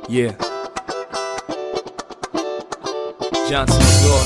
Yeah. Johnson Floor.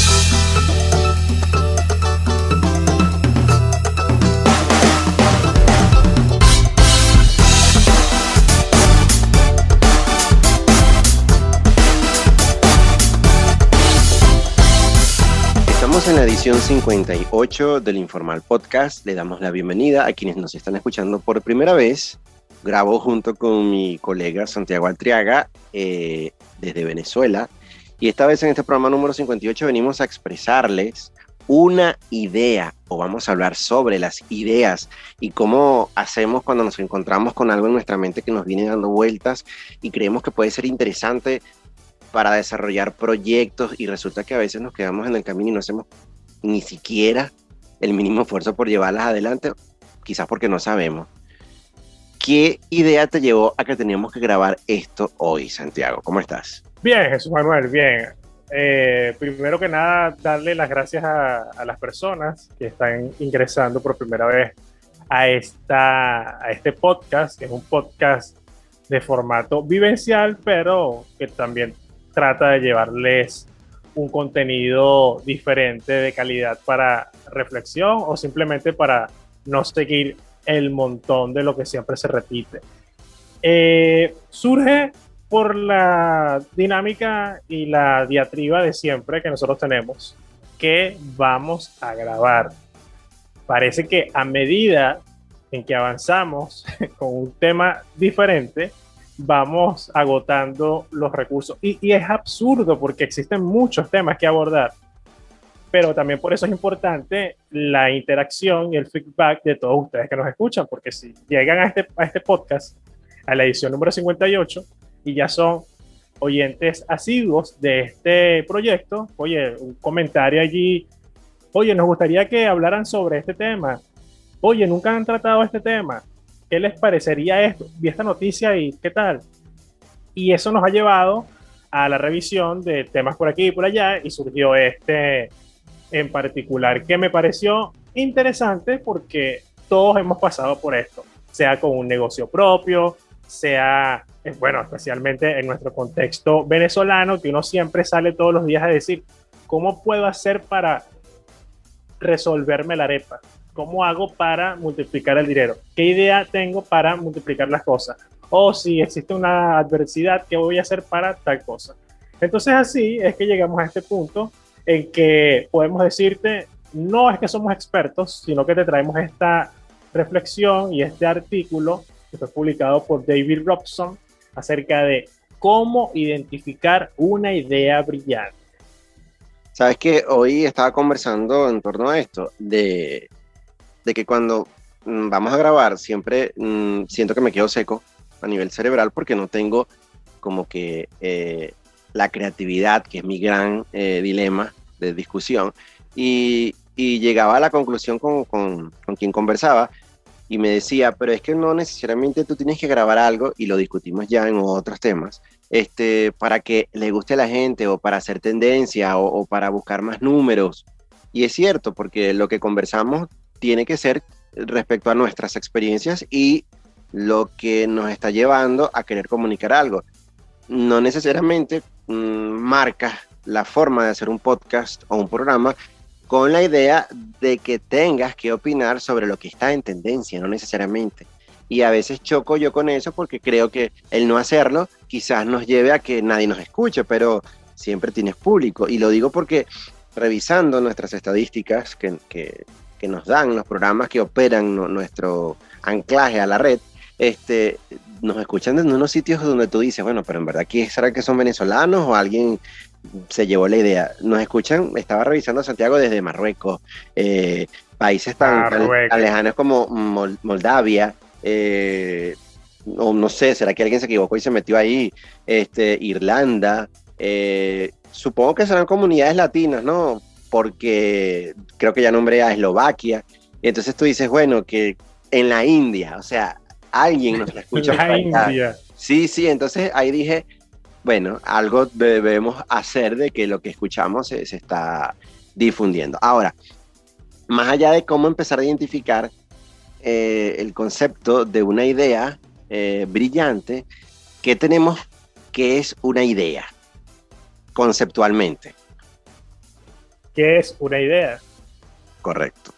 Estamos en la edición 58 del Informal Podcast. Le damos la bienvenida a quienes nos están escuchando por primera vez. Grabo junto con mi colega Santiago Altriaga desde Venezuela. Y esta vez en este programa número 58 venimos a expresarles una idea, o vamos a hablar sobre las ideas y cómo hacemos cuando nos encontramos con algo en nuestra mente que nos viene dando vueltas y creemos que puede ser interesante para desarrollar proyectos, y resulta que a veces nos quedamos en el camino y no hacemos ni siquiera el mínimo esfuerzo por llevarlas adelante, quizás porque no sabemos. ¿Qué idea te llevó a que teníamos que grabar esto hoy, Santiago? ¿Cómo estás? Bien, Jesús Manuel, bien. Primero que nada, darle las gracias a las personas que están ingresando por primera vez a este podcast, que es un podcast de formato vivencial, pero que también trata de llevarles un contenido diferente de calidad para reflexión o simplemente para no seguir el montón de lo que siempre se repite. Surge por la dinámica y la diatriba de siempre que nosotros tenemos, que vamos a grabar. Parece que a medida en que avanzamos con un tema diferente, vamos agotando los recursos. Y es absurdo porque existen muchos temas que abordar, pero también por eso es importante la interacción y el feedback de todos ustedes que nos escuchan, porque si llegan a este podcast, a la edición número 58, y ya son oyentes asiduos de este proyecto, oye, un comentario allí, oye, nos gustaría que hablaran sobre este tema, oye, nunca han tratado este tema, ¿qué les parecería esto? Vi esta noticia y ¿qué tal? Y eso nos ha llevado a la revisión de temas por aquí y por allá, y surgió este en particular que me pareció interesante porque todos hemos pasado por esto, sea con un negocio propio, sea, bueno, especialmente en nuestro contexto venezolano, que uno siempre sale todos los días a decir, ¿cómo puedo hacer para resolverme la arepa? ¿Cómo hago para multiplicar el dinero? ¿Qué idea tengo para multiplicar las cosas? O si existe una adversidad, ¿qué voy a hacer para tal cosa? Entonces así es que llegamos a este punto en que podemos decirte, no es que somos expertos, sino que te traemos esta reflexión y este artículo que fue publicado por David Robson acerca de cómo identificar una idea brillante. Sabes que hoy estaba conversando en torno a esto, de que cuando vamos a grabar siempre siento que me quedo seco a nivel cerebral porque no tengo como que la creatividad, que es mi gran dilema de discusión, y llegaba a la conclusión con quien conversaba y me decía, pero es que no necesariamente tú tienes que grabar algo, y lo discutimos ya en otros temas, para que le guste a la gente o para hacer tendencia o para buscar más números. Y es cierto, porque lo que conversamos tiene que ser respecto a nuestras experiencias y lo que nos está llevando a querer comunicar algo. No necesariamente marcas la forma de hacer un podcast o un programa con la idea de que tengas que opinar sobre lo que está en tendencia, no necesariamente. Y a veces choco yo con eso porque creo que el no hacerlo quizás nos lleve a que nadie nos escuche, pero siempre tienes público. Y lo digo porque revisando nuestras estadísticas que nos dan los programas que operan nuestro anclaje a la red, nos escuchan en unos sitios donde tú dices, bueno, pero en verdad, ¿será que son venezolanos o alguien se llevó la idea? Nos escuchan, estaba revisando Santiago desde Marruecos, países tan lejanos como Moldavia, o no sé, ¿será que alguien se equivocó y se metió ahí? Irlanda, supongo que serán comunidades latinas, ¿no? Porque creo que ya nombré a Eslovaquia, y entonces tú dices, bueno, que en la India, o sea, alguien nos escucha. La India. Sí, entonces ahí dije, bueno, algo debemos hacer de que lo que escuchamos se está difundiendo. Ahora, más allá de cómo empezar a identificar el concepto de una idea brillante, ¿qué tenemos ¿qué es una idea conceptualmente? ¿Qué es una idea? Correcto.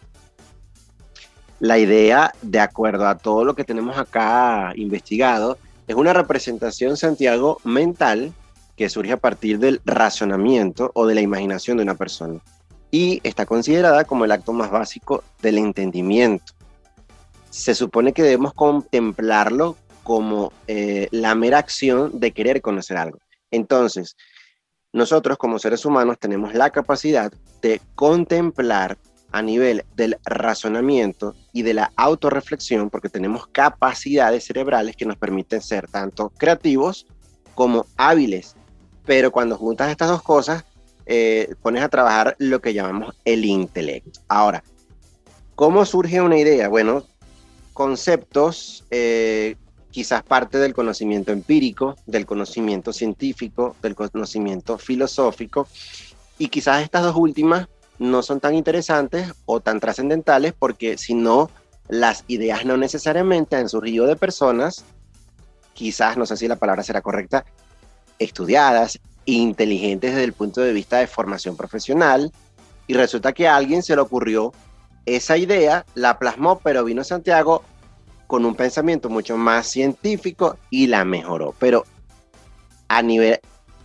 La idea, de acuerdo a todo lo que tenemos acá investigado, es una representación, Santiago, mental que surge a partir del razonamiento o de la imaginación de una persona y está considerada como el acto más básico del entendimiento. Se supone que debemos contemplarlo como la mera acción de querer conocer algo. Entonces, nosotros como seres humanos tenemos la capacidad de contemplar a nivel del razonamiento y de la autorreflexión, porque tenemos capacidades cerebrales que nos permiten ser tanto creativos como hábiles. Pero cuando juntas estas dos cosas, pones a trabajar lo que llamamos el intelecto. Ahora, ¿cómo surge una idea? Bueno, conceptos, quizás parte del conocimiento empírico, del conocimiento científico, del conocimiento filosófico, y quizás estas dos últimas no son tan interesantes o tan trascendentales porque si no, las ideas no necesariamente han surgido de personas, quizás, no sé si la palabra será correcta, estudiadas, inteligentes desde el punto de vista de formación profesional, y resulta que a alguien se le ocurrió esa idea, la plasmó, pero vino Santiago con un pensamiento mucho más científico y la mejoró. Pero a nivel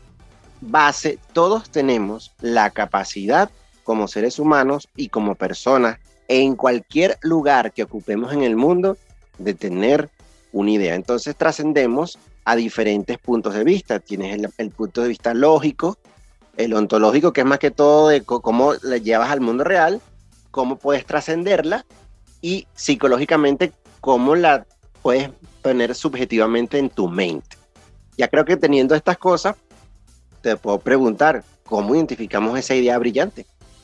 base, todos tenemos la capacidad como seres humanos y como personas en cualquier lugar que ocupemos en el mundo de tener una idea. Entonces trascendemos a diferentes puntos de vista. Tienes el punto de vista lógico, el ontológico, que es más que todo de cómo la llevas al mundo real, cómo puedes trascenderla, y psicológicamente cómo la puedes poner subjetivamente en tu mente. Ya creo que teniendo estas cosas, te puedo preguntar, ¿cómo identificamos esa idea brillante?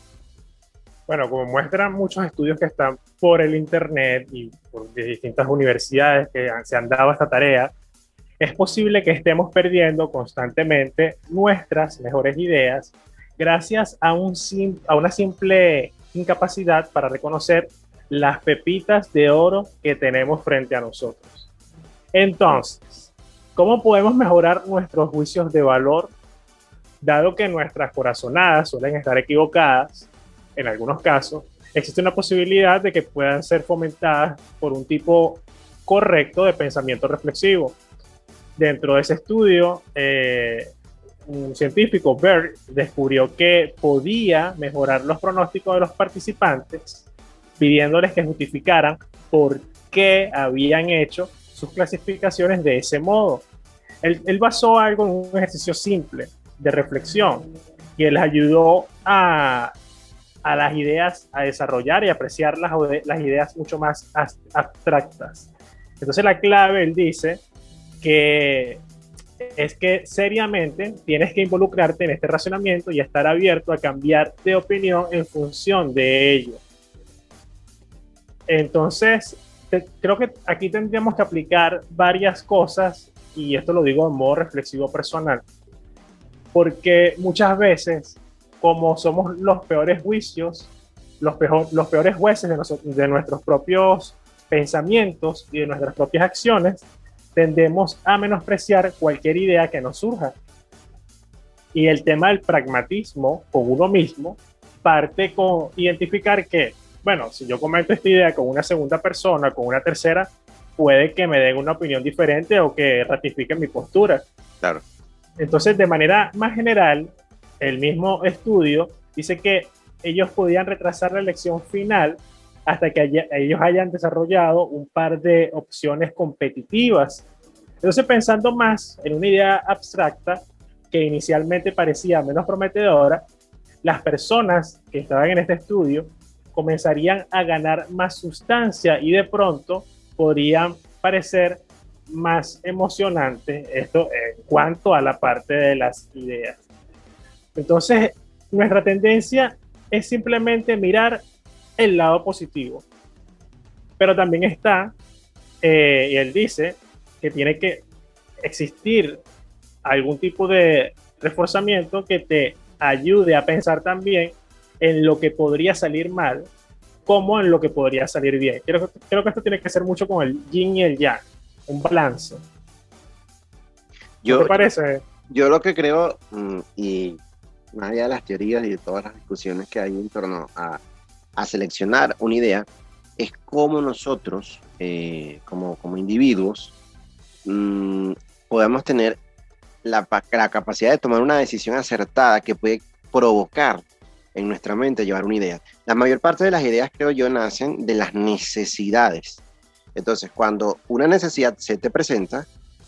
Bueno, como muestran muchos estudios que están por el internet y por distintas universidades que se han dado esta tarea, es posible que estemos perdiendo constantemente nuestras mejores ideas gracias a una simple incapacidad para reconocer las pepitas de oro que tenemos frente a nosotros. Entonces, ¿cómo podemos mejorar nuestros juicios de valor, dado que nuestras corazonadas suelen estar equivocadas? En algunos casos, existe una posibilidad de que puedan ser fomentadas por un tipo correcto de pensamiento reflexivo. Dentro de ese estudio, un científico, Berg, descubrió que podía mejorar los pronósticos de los participantes pidiéndoles que justificaran por qué habían hecho sus clasificaciones de ese modo. Él basó algo en un ejercicio simple de reflexión que les ayudó a las ideas a desarrollar y apreciar las ideas mucho más abstractas. Entonces la clave, él dice, que es que seriamente tienes que involucrarte en este razonamiento y estar abierto a cambiar de opinión en función de ello. Entonces, creo que aquí tendríamos que aplicar varias cosas, y esto lo digo en modo reflexivo personal, porque muchas veces, como somos los peores juicios, los peores jueces de nuestros propios pensamientos y de nuestras propias acciones, tendemos a menospreciar cualquier idea que nos surja. Y el tema del pragmatismo con uno mismo parte con identificar que, bueno, si yo comento esta idea con una segunda persona, con una tercera, puede que me den una opinión diferente o que ratifiquen mi postura. Claro. Entonces, de manera más general, el mismo estudio dice que ellos podían retrasar la elección final hasta que ellos hayan desarrollado un par de opciones competitivas. Entonces, pensando más en una idea abstracta que inicialmente parecía menos prometedora, las personas que estaban en este estudio comenzarían a ganar más sustancia y de pronto podrían parecer más emocionantes, esto en cuanto a la parte de las ideas. Entonces, nuestra tendencia es simplemente mirar el lado positivo. Pero también está, y él dice que tiene que existir algún tipo de reforzamiento que te ayude a pensar también en lo que podría salir mal como en lo que podría salir bien. Creo que esto tiene que ser mucho con el yin y el yang, un balance. ¿No te Yo, parece? yo lo que creo, y más allá de las teorías y de todas las discusiones que hay en torno a seleccionar una idea, es cómo nosotros, como individuos, mm, podemos tener la capacidad de tomar una decisión acertada que puede provocar en nuestra mente llevar una idea. La mayor parte de las ideas, creo yo, nacen de las necesidades. Entonces, cuando una necesidad se te presenta,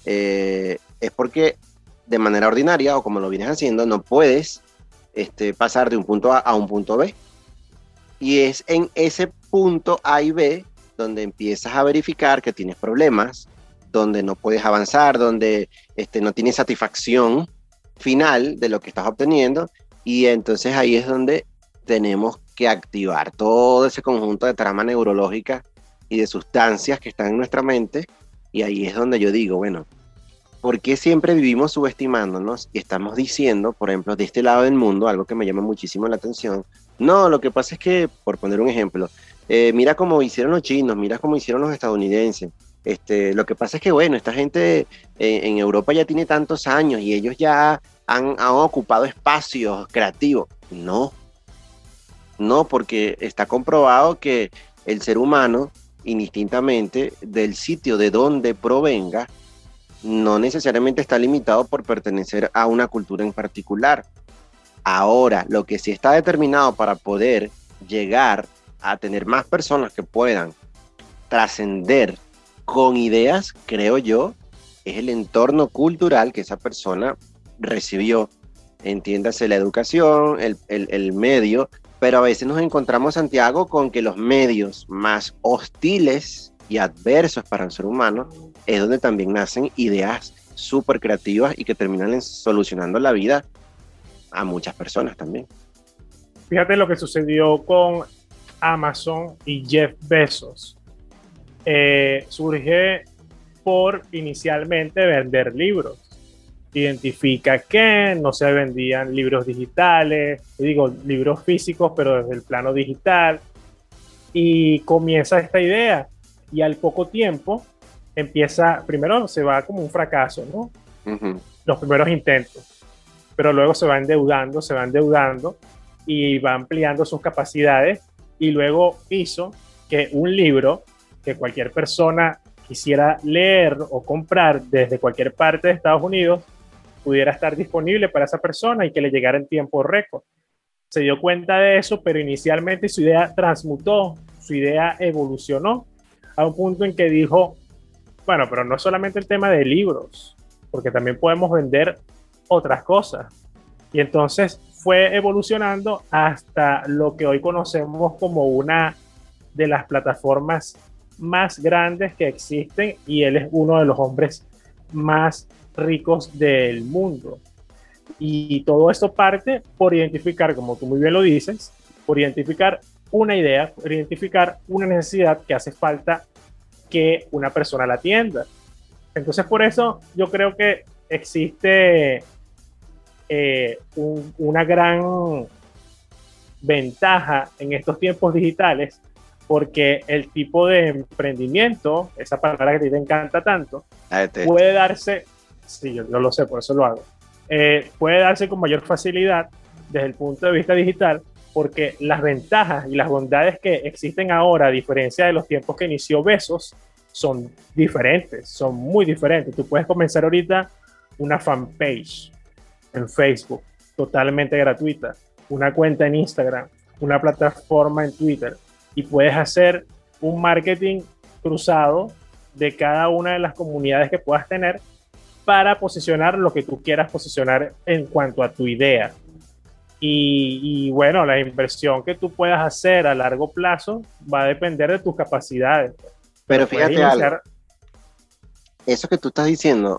es porque de manera ordinaria o como lo vienes haciendo, no puedes pasar de un punto A un punto B. Y es en ese punto A y B donde empiezas a verificar que tienes problemas, donde no puedes avanzar, donde no tienes satisfacción final de lo que estás obteniendo. Y entonces ahí es donde tenemos que activar todo ese conjunto de trama neurológica y de sustancias que están en nuestra mente. Y ahí es donde yo digo, bueno, ¿por qué siempre vivimos subestimándonos y estamos diciendo, por ejemplo, de este lado del mundo, algo que me llama muchísimo la atención? No, lo que pasa es que, por poner un ejemplo, mira cómo hicieron los chinos, mira cómo hicieron los estadounidenses. Lo que pasa es que, bueno, esta gente en Europa ya tiene tantos años y ellos ya han ocupado espacios creativos. No, no, porque está comprobado que el ser humano, indistintamente del sitio de donde provenga, no necesariamente está limitado por pertenecer a una cultura en particular. Ahora, lo que sí está determinado para poder llegar a tener más personas que puedan trascender con ideas, creo yo, es el entorno cultural que esa persona recibió. Entiéndase la educación, el medio, pero a veces nos encontramos, Santiago, con que los medios más hostiles y adversos para el ser humano es donde también nacen ideas súper creativas y que terminan solucionando la vida a muchas personas también. Fíjate lo que sucedió con Amazon y Jeff Bezos. Surge por inicialmente vender libros. Identifica que no se vendían libros digitales, digo libros físicos, pero desde el plano digital. Y comienza esta idea. Y al poco tiempo empieza, primero se va como un fracaso, ¿no? Uh-huh. Los primeros intentos. Pero luego se va endeudando y va ampliando sus capacidades. Y luego hizo que un libro que cualquier persona quisiera leer o comprar desde cualquier parte de Estados Unidos pudiera estar disponible para esa persona y que le llegara en tiempo récord. Se dio cuenta de eso, pero inicialmente su idea transmutó, su idea evolucionó a un punto en que dijo, bueno, pero no solamente el tema de libros, porque también podemos vender otras cosas. Y entonces fue evolucionando hasta lo que hoy conocemos como una de las plataformas más grandes que existen, y él es uno de los hombres más ricos del mundo. Y todo esto parte por identificar, como tú muy bien lo dices, por identificar una idea, por identificar una necesidad que hace falta que una persona la atienda. Entonces, por eso yo creo que existe una gran ventaja en estos tiempos digitales, porque el tipo de emprendimiento, esa palabra que a ti te encanta tanto, puede darse, sí, yo lo sé, por eso lo hago, puede darse con mayor facilidad desde el punto de vista digital, porque las ventajas y las bondades que existen ahora, a diferencia de los tiempos que inició Bezos, son diferentes, son muy diferentes. Tú puedes comenzar ahorita una fanpage en Facebook, totalmente gratuita, una cuenta en Instagram, una plataforma en Twitter, y puedes hacer un marketing cruzado de cada una de las comunidades que puedas tener para posicionar lo que tú quieras posicionar en cuanto a tu idea. Y bueno, la inversión que tú puedas hacer a largo plazo va a depender de tus capacidades. Pero fíjate algo, eso que tú estás diciendo,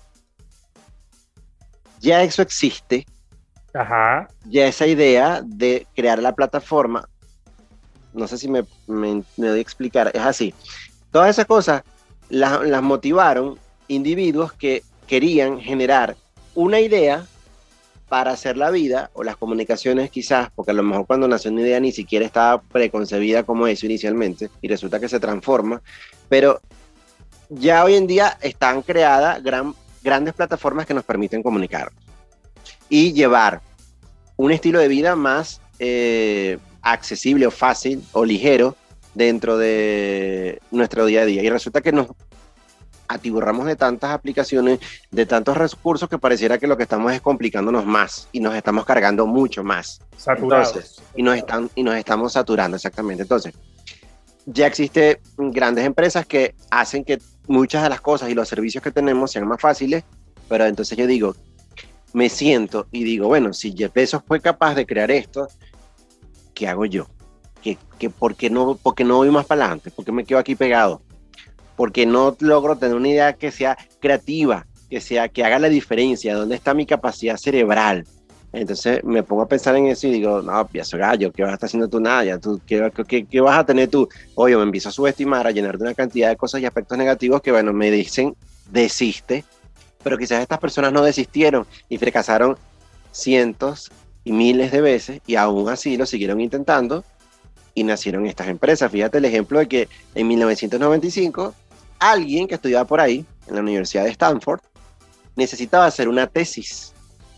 ya eso existe. Ajá. Ya esa idea de crear la plataforma, no sé si me doy a explicar, es así. Todas esas cosas las motivaron individuos que querían generar una idea para hacer la vida o las comunicaciones quizás, porque a lo mejor cuando nació una idea ni siquiera estaba preconcebida como eso inicialmente y resulta que se transforma, pero ya hoy en día están creadas gran grandes plataformas que nos permiten comunicar y llevar un estilo de vida más accesible o fácil o ligero dentro de nuestro día a día. Y resulta que nos atiborramos de tantas aplicaciones, de tantos recursos, que pareciera que lo que estamos es complicándonos más y nos estamos cargando mucho más. Saturados. Entonces, y nos estamos saturando, exactamente. Entonces, ya existen grandes empresas que hacen que muchas de las cosas y los servicios que tenemos sean más fáciles, pero entonces yo digo, me siento y digo, bueno, si Jeff Bezos fue capaz de crear esto, ¿qué hago yo? ¿Por qué no voy más para adelante? ¿Por qué me quedo aquí pegado? Porque no logro tener una idea que sea creativa, que haga la diferencia, dónde está mi capacidad cerebral. Entonces me pongo a pensar en eso y digo, no, pienso gallo, ¿qué vas a estar haciendo tú? Nada, ya tú, ¿qué vas a tener tú? Oye, me empiezo a subestimar, a llenar de una cantidad de cosas y aspectos negativos que, bueno, me dicen, desiste, pero quizás estas personas no desistieron y fracasaron cientos y miles de veces y aún así lo siguieron intentando y nacieron estas empresas. Fíjate el ejemplo de que en 1995 alguien que estudiaba por ahí, en la Universidad de Stanford, necesitaba hacer una tesis.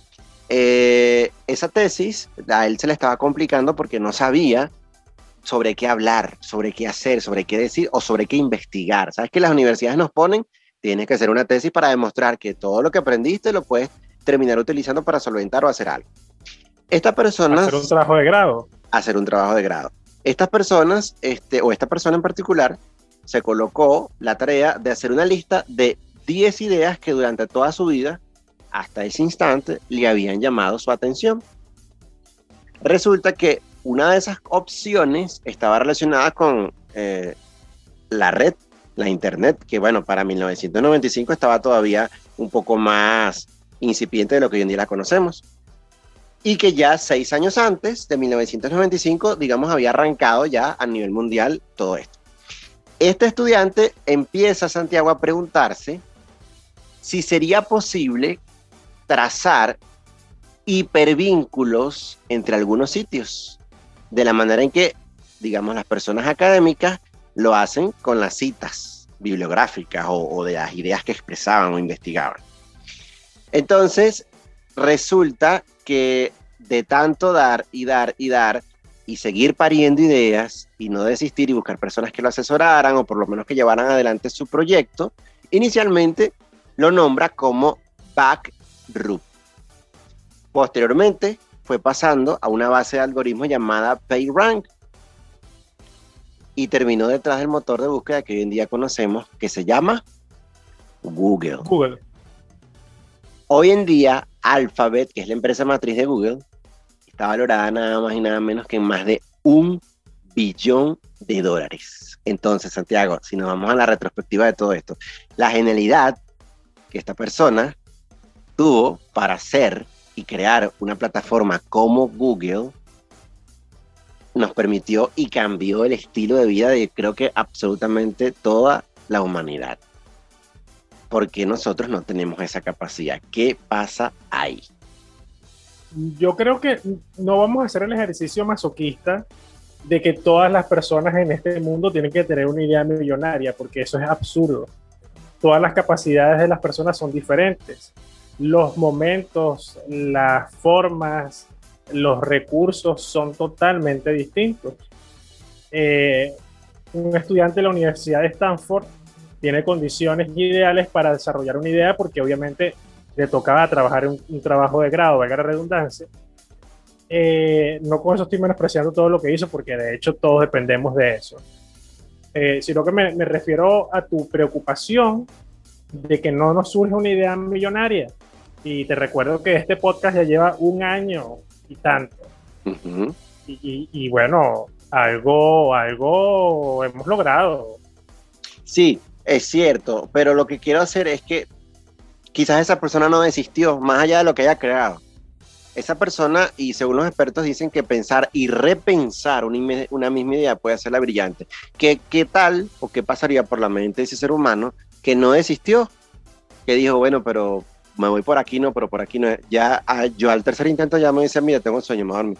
Esa tesis a él se le estaba complicando porque no sabía sobre qué hablar, sobre qué hacer, sobre qué decir o sobre qué investigar. ¿Sabes que las universidades nos ponen? Tienes que hacer una tesis para demostrar que todo lo que aprendiste lo puedes terminar utilizando para solventar o hacer algo. Estas personas... Hacer un trabajo de grado. Hacer un trabajo de grado. Estas personas, o esta persona en particular, se colocó la tarea de hacer una lista de 10 ideas que durante toda su vida, hasta ese instante, le habían llamado su atención. Resulta que una de esas opciones estaba relacionada con la red, la internet, que bueno, para 1995 estaba todavía un poco más incipiente de lo que hoy en día la conocemos. Y que ya 6 años antes, de 1995, digamos, había arrancado ya a nivel mundial todo esto. Este estudiante empieza, Santiago, a preguntarse si sería posible trazar hipervínculos entre algunos sitios, de la manera en que, digamos, las personas académicas lo hacen con las citas bibliográficas o de las ideas que expresaban o investigaban. Entonces, resulta que de tanto dar y dar y dar y seguir pariendo ideas y no desistir y buscar personas que lo asesoraran o por lo menos que llevaran adelante su proyecto, inicialmente lo nombra como Backrub. Posteriormente fue pasando a una base de algoritmos llamada PageRank y terminó detrás del motor de búsqueda que hoy en día conocemos, que se llama Google. Hoy en día, Alphabet, que es la empresa matriz de Google, está valorada nada más y nada menos que en más de $1 billón. Entonces, Santiago, si nos vamos a la retrospectiva de todo esto, la genialidad que esta persona tuvo para hacer y crear una plataforma como Google nos permitió y cambió el estilo de vida de, creo que, absolutamente toda la humanidad. ¿Por qué nosotros no tenemos esa capacidad? ¿Qué pasa ahí? Yo creo que no vamos a hacer el ejercicio masoquista de que todas las personas en este mundo tienen que tener una idea millonaria, porque eso es absurdo. Todas las capacidades de las personas son diferentes. Los momentos, las formas, los recursos son totalmente distintos. Un estudiante de la Universidad de Stanford tiene condiciones ideales para desarrollar una idea porque obviamente le tocaba trabajar un trabajo de grado, valga la redundancia. No con eso estoy menospreciando todo lo que hizo, porque de hecho todos dependemos de eso. Sino que me refiero a tu preocupación de que no nos surge una idea millonaria. Y te recuerdo que este podcast ya lleva 1 año y tanto. Uh-huh. Y bueno, algo hemos logrado. Sí, es cierto, pero lo que quiero hacer es que quizás esa persona no desistió, más allá de lo que haya creado. Esa persona, y según los expertos dicen que pensar y repensar una misma idea puede hacerla brillante. ¿Qué tal o qué pasaría por la mente de ese ser humano que no desistió? Que dijo, bueno, pero me voy por aquí, no, pero por aquí no. Ya, yo al tercer intento ya me dice, mira, tengo sueño, me voy a dormir.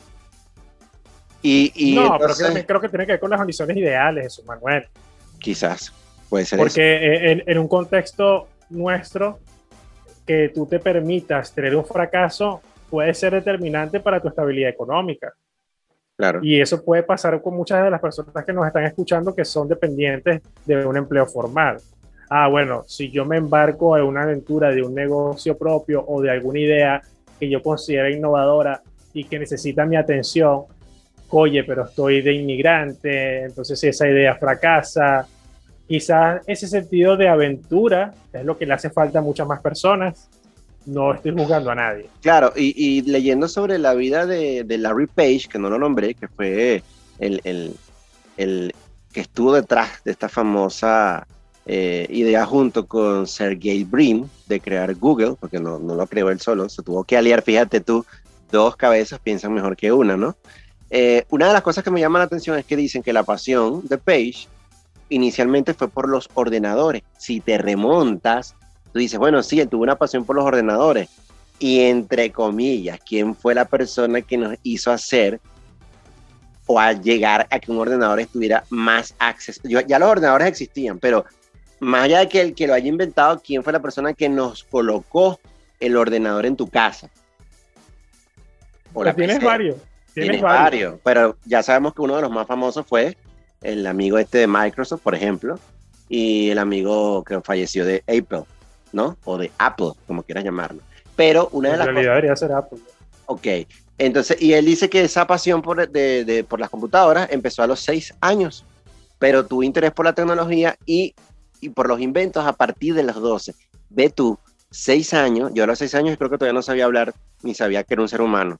No, entonces, pero creo que tiene que ver con las condiciones ideales, eso, Manuel. Quizás, puede ser porque eso. En un contexto nuestro, que tú te permitas tener un fracaso puede ser determinante para tu estabilidad económica. Claro. Y eso puede pasar con muchas de las personas que nos están escuchando que son dependientes de un empleo formal. Bueno, si yo me embarco en una aventura de un negocio propio o de alguna idea que yo considero innovadora y que necesita mi atención, oye, pero estoy de inmigrante, entonces si esa idea fracasa, quizás ese sentido de aventura es lo que le hace falta a muchas más personas. No estoy juzgando a nadie. Claro, y leyendo sobre la vida de Larry Page, que no lo nombré, que fue el que estuvo detrás de esta famosa idea junto con Sergey Brin de crear Google, porque no lo creó él solo, se tuvo que aliar, fíjate tú, dos cabezas piensan mejor que una, ¿no? Una de las cosas que me llama la atención es que dicen que la pasión de Page inicialmente fue por los ordenadores. Si te remontas, tú dices, bueno, sí, él tuvo una pasión por los ordenadores. Y entre comillas, ¿quién fue la persona que nos hizo hacer o a llegar a que un ordenador estuviera más accesible? Ya los ordenadores existían, pero más allá de que el que lo haya inventado, ¿quién fue la persona que nos colocó el ordenador en tu casa? O la tienes varios. Tienes varios, pero ya sabemos que uno de los más famosos fue el amigo de Microsoft, por ejemplo, y el amigo que falleció de Apple, ¿no? O de Apple, como quieras llamarlo. Pero una de las cosas... En realidad debería ser Apple. Ok, entonces, y él dice que esa pasión por las computadoras empezó a los 6 años, pero tuvo interés por la tecnología y por los inventos a partir de los 12. Ve tú, 6 años, yo a los 6 años creo que todavía no sabía hablar, ni sabía que era un ser humano.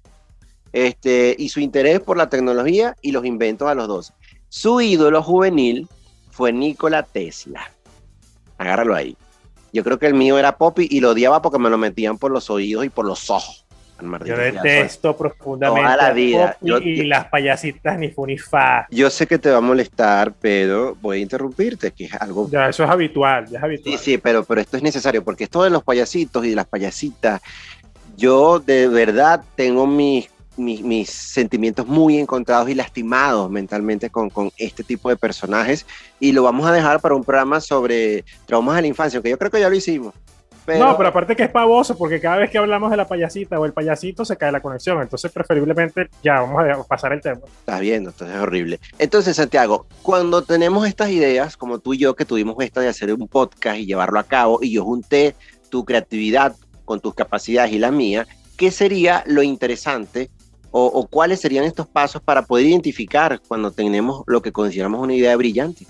Y su interés por la tecnología y los inventos a los 12. Su ídolo juvenil fue Nikola Tesla. Agárralo ahí. Yo creo que el mío era Poppy y lo odiaba porque me lo metían por los oídos y por los ojos. Yo detesto profundamente toda la vida. Y las payasitas ni fu ni fa. Yo sé que te va a molestar, pero voy a interrumpirte, que es algo... Ya, eso es habitual, ya es habitual. Sí, pero esto es necesario, porque esto de los payasitos y de las payasitas, yo de verdad tengo mis sentimientos muy encontrados y lastimados mentalmente con este tipo de personajes, y lo vamos a dejar para un programa sobre traumas de la infancia, que yo creo que ya lo hicimos. Pero aparte que es pavoso, porque cada vez que hablamos de la payasita o el payasito se cae la conexión, entonces preferiblemente ya vamos a pasar el tema. Estás viendo, entonces es horrible. Entonces, Santiago, cuando tenemos estas ideas, como tú y yo que tuvimos esta de hacer un podcast y llevarlo a cabo, y yo junté tu creatividad con tus capacidades y la mía, ¿qué sería lo interesante o cuáles serían estos pasos para poder identificar cuando tenemos lo que consideramos una idea brillante?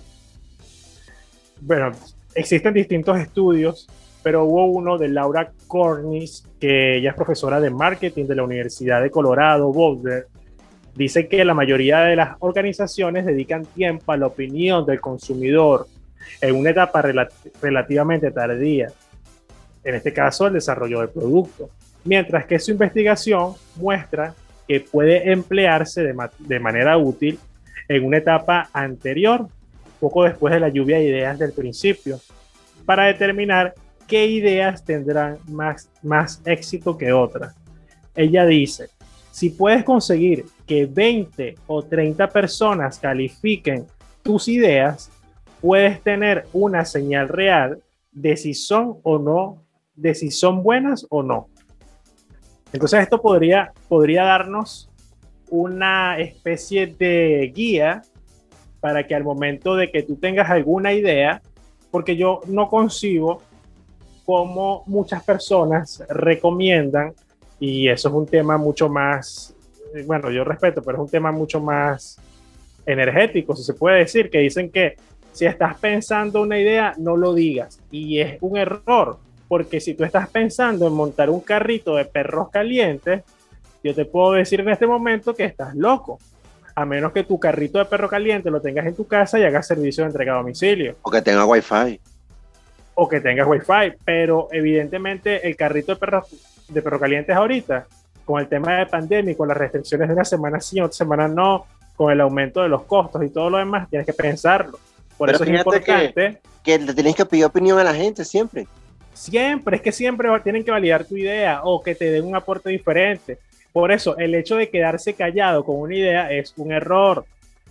Bueno, existen distintos estudios, pero hubo uno de Laura Cornish, que ella es profesora de marketing de la Universidad de Colorado, Boulder. Dice que la mayoría de las organizaciones dedican tiempo a la opinión del consumidor en una etapa relativamente tardía, en este caso el desarrollo del producto, mientras que su investigación muestra que puede emplearse de manera útil en una etapa anterior, poco después de la lluvia de ideas del principio, para determinar qué ideas tendrán más éxito que otras. Ella dice, si puedes conseguir que 20 o 30 personas califiquen tus ideas, puedes tener una señal real de si son o no, de si son buenas o no. Entonces esto podría darnos una especie de guía para que al momento de que tú tengas alguna idea, porque yo no concibo cómo muchas personas recomiendan, y eso es un tema mucho más, bueno, yo respeto, pero es un tema mucho más energético, si se puede decir, que dicen que si estás pensando una idea, no lo digas, y es un error. Porque si tú estás pensando en montar un carrito de perros calientes, yo te puedo decir en este momento que estás loco. A menos que tu carrito de perro caliente lo tengas en tu casa y hagas servicio de entrega a domicilio. O que tenga Wi-Fi. O que tengas Wi-Fi. Pero evidentemente el carrito de perro calientes ahorita, con el tema de pandemia y con las restricciones de una semana sí, otra semana no, con el aumento de los costos y todo lo demás, tienes que pensarlo. Por eso es importante que le tienes que pedir opinión a la gente siempre. Siempre, es que siempre tienen que validar tu idea o que te den un aporte diferente. Por eso, el hecho de quedarse callado con una idea es un error.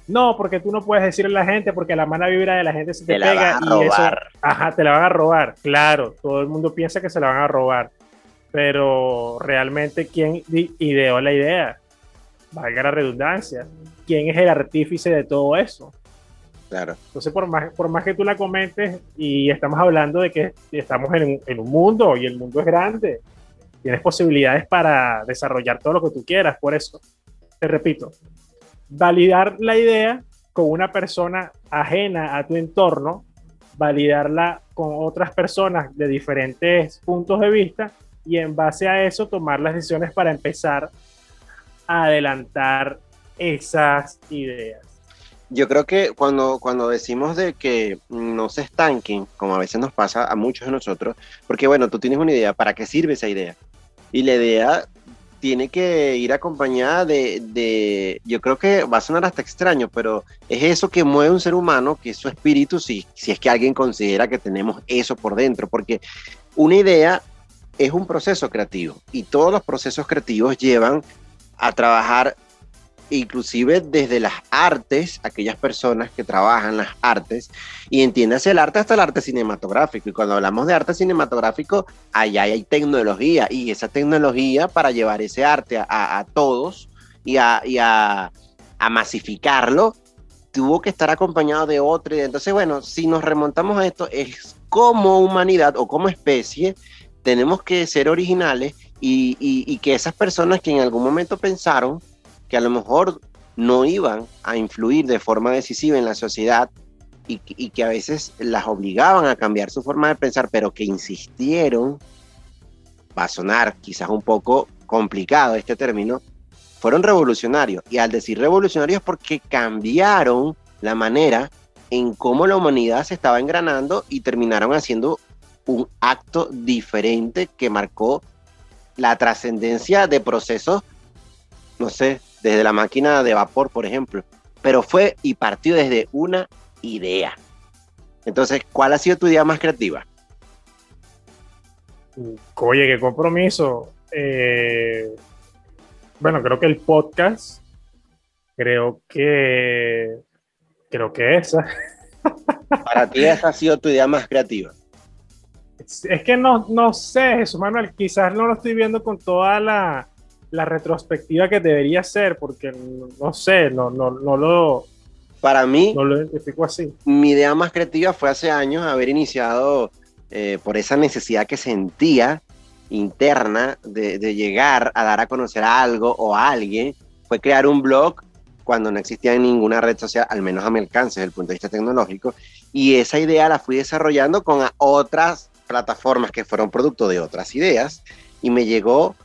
No, porque tú no puedes decirle a la gente porque la mala vibra de la gente se te Te la pega vas a y eso, robar. ajá, te la van a robar. Claro, todo el mundo piensa que se la van a robar, pero realmente ¿quién ideó la idea? Valga la redundancia. ¿Quién es el artífice de todo eso? Claro. Entonces, por más que tú la comentes y estamos hablando de que estamos en un mundo y el mundo es grande, tienes posibilidades para desarrollar todo lo que tú quieras. Por eso, te repito, validar la idea con una persona ajena a tu entorno, validarla con otras personas de diferentes puntos de vista y en base a eso tomar las decisiones para empezar a adelantar esas ideas. Yo creo que cuando decimos de que no se estanquen, como a veces nos pasa a muchos de nosotros, porque bueno, tú tienes una idea, ¿para qué sirve esa idea? Y la idea tiene que ir acompañada yo creo que va a sonar hasta extraño, pero es eso que mueve a un ser humano, que es su espíritu, si es que alguien considera que tenemos eso por dentro, porque una idea es un proceso creativo y todos los procesos creativos llevan a trabajar inclusive desde las artes, aquellas personas que trabajan las artes, y entiéndase el arte hasta el arte cinematográfico, y cuando hablamos de arte cinematográfico, allá hay tecnología, y esa tecnología para llevar ese arte a todos y a masificarlo, tuvo que estar acompañado de otra, entonces bueno, si nos remontamos a esto, es como humanidad o como especie, tenemos que ser originales y que esas personas que en algún momento pensaron que a lo mejor no iban a influir de forma decisiva en la sociedad y que a veces las obligaban a cambiar su forma de pensar, pero que insistieron, va a sonar quizás un poco complicado este término, fueron revolucionarios. Y al decir revolucionarios porque cambiaron la manera en cómo la humanidad se estaba engranando y terminaron haciendo un acto diferente que marcó la trascendencia de procesos, no sé, desde la máquina de vapor, por ejemplo, pero fue y partió desde una idea. Entonces, ¿cuál ha sido tu idea más creativa? Oye, qué compromiso. Bueno, creo que el podcast, creo que, creo que esa. Para ti esa ha sido tu idea más creativa. Es que no sé, Jesús Manuel, quizás no lo estoy viendo con toda la retrospectiva que debería ser, porque no sé, Para mí, no lo identifico así. mi idea más creativa fue hace años haber iniciado por esa necesidad que sentía interna de llegar a dar a conocer a algo o a alguien, fue crear un blog cuando no existía ninguna red social, al menos a mi alcance desde el punto de vista tecnológico, y esa idea la fui desarrollando con otras plataformas que fueron producto de otras ideas, y me llegó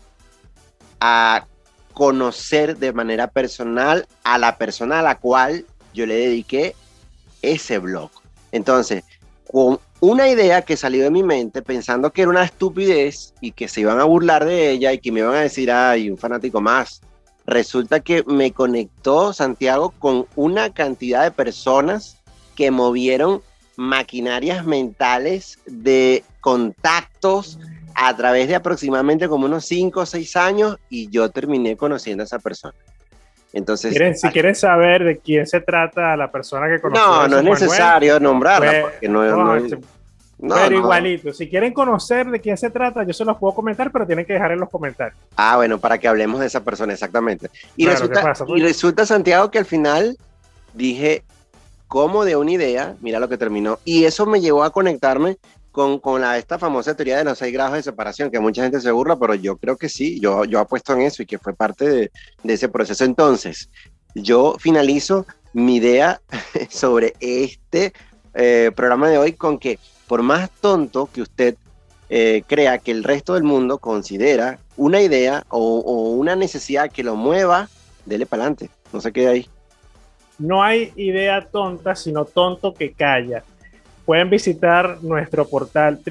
a conocer de manera personal a la persona a la cual yo le dediqué ese blog. Entonces, con una idea que salió de mi mente pensando que era una estupidez y que se iban a burlar de ella y que me iban a decir, ay, un fanático más. Resulta que me conectó Santiago con una cantidad de personas que movieron maquinarias mentales de contactos a través de aproximadamente como unos 5 o 6 años y yo terminé conociendo a esa persona. Entonces, Si quieren saber de quién se trata la persona que conoció no es necesario nombrarla porque pero igualito, si quieren conocer de quién se trata, yo se los puedo comentar, pero tienen que dejar en los comentarios. Ah, bueno, para que hablemos de esa persona, exactamente. Y, claro, resulta, Santiago, que al final dije, como de una idea, mira lo que terminó. Y eso me llevó a conectarme con esta famosa teoría de los 6 grados de separación, que mucha gente se burla, pero yo creo que sí, yo apuesto en eso y que fue parte de ese proceso. Entonces, yo finalizo mi idea sobre este programa de hoy con que por más tonto que usted crea que el resto del mundo considera una idea o una necesidad que lo mueva, dele para adelante, no se quede ahí. No hay idea tonta, sino tonto que calla. Pueden visitar nuestro portal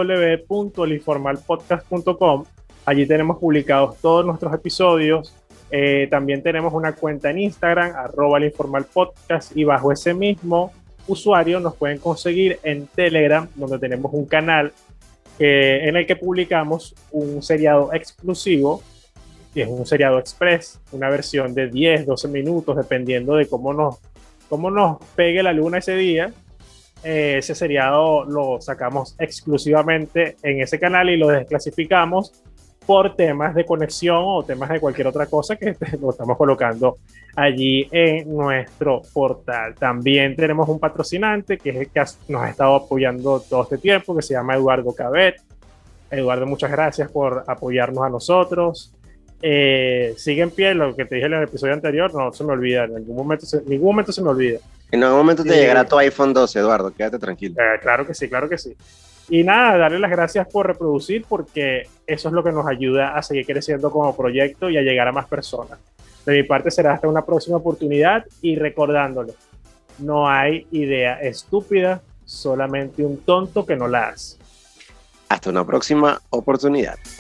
www.elinformalpodcast.com. Allí tenemos publicados todos nuestros episodios. También tenemos una cuenta en Instagram, @elinformalpodcast, y bajo ese mismo usuario nos pueden conseguir en Telegram, donde tenemos un canal en el que publicamos un seriado exclusivo, que es un seriado express, una versión de 10, 12 minutos, dependiendo de cómo nos cómo nos pegue la luna ese día, ese seriado lo sacamos exclusivamente en ese canal y lo desclasificamos por temas de conexión o temas de cualquier otra cosa que lo estamos colocando allí en nuestro portal. También tenemos un patrocinante que es el que nos ha estado apoyando todo este tiempo, que se llama Eduardo Cabet. Eduardo, muchas gracias por apoyarnos a nosotros. Sigue en pie lo que te dije en el episodio anterior, no se me olvida, en ningún momento se me olvida. En algún momento te llegará tu iPhone 12, Eduardo, quédate tranquilo. Claro que sí, claro que sí. Y nada, darle las gracias por reproducir, porque eso es lo que nos ayuda a seguir creciendo como proyecto y a llegar a más personas. De mi parte será hasta una próxima oportunidad, y recordándole, no hay idea estúpida, solamente un tonto que no la hace. Hasta una próxima oportunidad.